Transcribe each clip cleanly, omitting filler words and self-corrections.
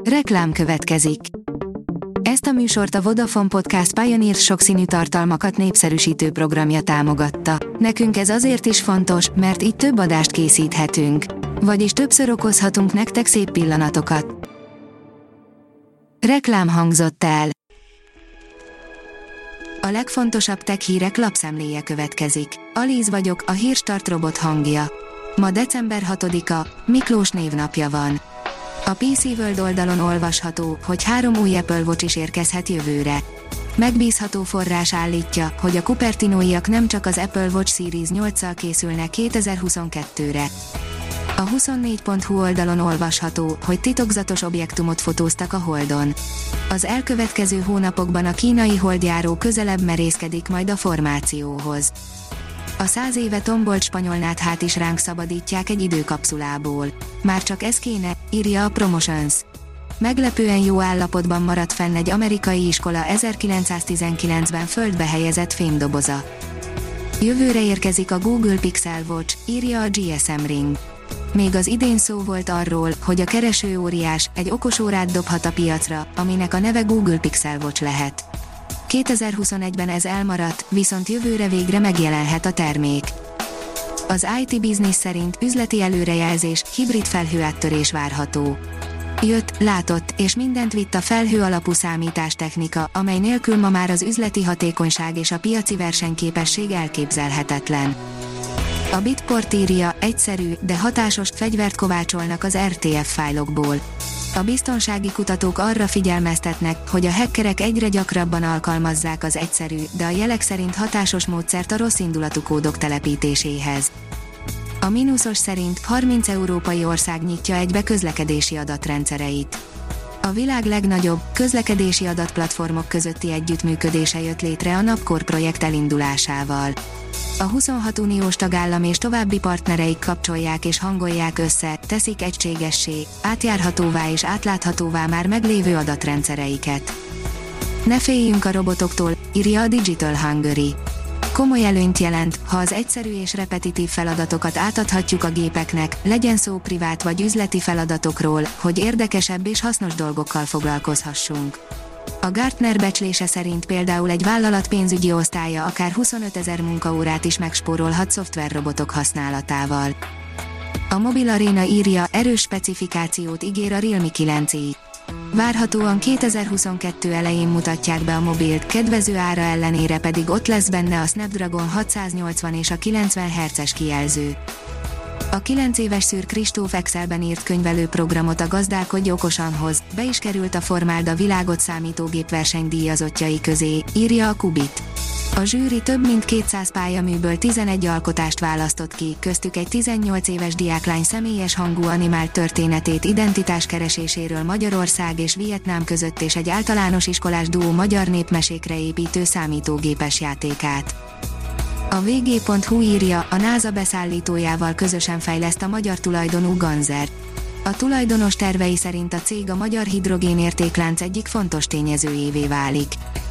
Reklám következik. Ezt a műsort a Vodafone Podcast Pioneer sokszínű tartalmakat népszerűsítő programja támogatta. Nekünk ez azért is fontos, mert így több adást készíthetünk. Vagyis többször okozhatunk nektek szép pillanatokat. Reklám hangzott el. A legfontosabb tech hírek lapszemléje következik. Alíz vagyok, a Hírstart robot hangja. Ma december 6-a, Miklós névnapja van. A PC World oldalon olvasható, hogy 3 új Apple Watch is érkezhet jövőre. Megbízható forrás állítja, hogy a Cupertinóiak nem csak az Apple Watch Series 8-szal készülnek 2022-re. A 24.hu oldalon olvasható, hogy titokzatos objektumot fotóztak a Holdon. Az elkövetkező hónapokban a kínai holdjáró közelebb merészkedik majd a formációhoz. A 100 éve tombolt spanyol náthát is ránk szabadítják egy időkapszulából. Már csak ez kéne, írja a Promotions. Meglepően jó állapotban maradt fenn egy amerikai iskola 1919-ben földbe helyezett fémdoboza. Jövőre érkezik a Google Pixel Watch, írja a GSM Ring. Még az idén szó volt arról, hogy a kereső óriás egy okosórát dobhat a piacra, aminek a neve Google Pixel Watch lehet. 2021-ben ez elmaradt, viszont jövőre végre megjelenhet a termék. Az IT Business szerint üzleti előrejelzés, hibrid felhőáttörés várható. Jött, látott, és mindent vitt a felhő alapú számítástechnika, amely nélkül ma már az üzleti hatékonyság és a piaci versenyképesség elképzelhetetlen. A Bitport írja, egyszerű, de hatásos fegyvert kovácsolnak az RTF fájlokból. A biztonsági kutatók arra figyelmeztetnek, hogy a hackerek egyre gyakrabban alkalmazzák az egyszerű, de a jelek szerint hatásos módszert a rosszindulatú kódok telepítéséhez. A mínuszos szerint 30 európai ország nyitja egybe közlekedési adatrendszereit. A világ legnagyobb, közlekedési adatplatformok közötti együttműködése jött létre a Napcore projekt elindulásával. A 26 uniós tagállam és további partnereik kapcsolják és hangolják össze, teszik egységessé, átjárhatóvá és átláthatóvá már meglévő adatrendszereiket. Ne féljünk a robotoktól, írja a Digital Hungary. Komoly előnyt jelent, ha az egyszerű és repetitív feladatokat átadhatjuk a gépeknek, legyen szó privát vagy üzleti feladatokról, hogy érdekesebb és hasznos dolgokkal foglalkozhassunk. A Gartner becslése szerint például egy vállalat pénzügyi osztálya akár 25 000 munkaórát is megspórolhat szoftverrobotok használatával. A Mobil Arena írja, erős specifikációt ígér a Realme 9i. Várhatóan 2022 elején mutatják be a mobilt, kedvező ára ellenére pedig ott lesz benne a Snapdragon 680 és a 90 Hz-es kijelző. A 9 éves Szűr Kristóf Excelben írt könyvelőprogramot a Gazdálkodj okosanhoz, be is került a Formáld a világot számítógép versenydíjazottjai közé, írja a Kubit. A zsűri több mint 200 pályaműből 11 alkotást választott ki, köztük egy 18 éves diáklány személyes hangú animált történetét identitáskereséséről Magyarország és Vietnám között és egy általános iskolás duó magyar népmesékre építő számítógépes játékát. A vg.hu írja, a NASA beszállítójával közösen fejleszt a magyar tulajdonú Ganzer. A tulajdonos tervei szerint a cég a magyar hidrogénértéklánc egyik fontos tényezőjévé válik.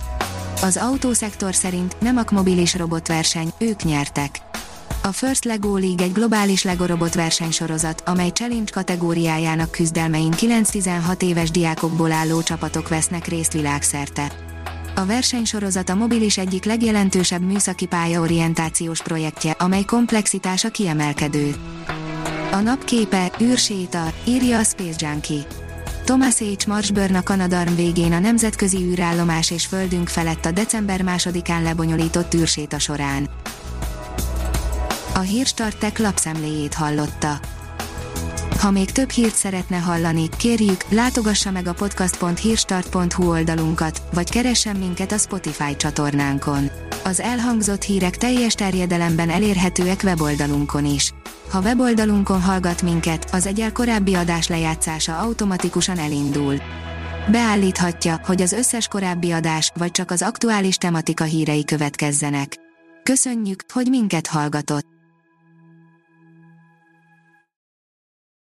Az autószektor szerint nem akmobilis robotverseny, ők nyertek. A First Lego League egy globális Lego robotverseny sorozat, amely challenge kategóriájának küzdelmein 9-16 éves diákokból álló csapatok vesznek részt világszerte. A versenysorozat a mobilis egyik legjelentősebb műszaki pályaorientációs projektje, amely komplexitása kiemelkedő. A napképe, űrséta, írja a Space Junkie. Thomas H. Marshburn a Canadarm végén a nemzetközi űrállomás és földünk felett a december 2-án lebonyolított űrséta során. A Hírstart Tech lapszemléjét hallotta. Ha még több hírt szeretne hallani, kérjük, látogassa meg a podcast.hírstart.hu oldalunkat, vagy keressen minket a Spotify csatornánkon. Az elhangzott hírek teljes terjedelemben elérhetőek weboldalunkon is. Ha weboldalunkon hallgat minket, az egyel korábbi adás lejátszása automatikusan elindul. Beállíthatja, hogy az összes korábbi adás, vagy csak az aktuális tematika hírei következzenek. Köszönjük, hogy minket hallgatott!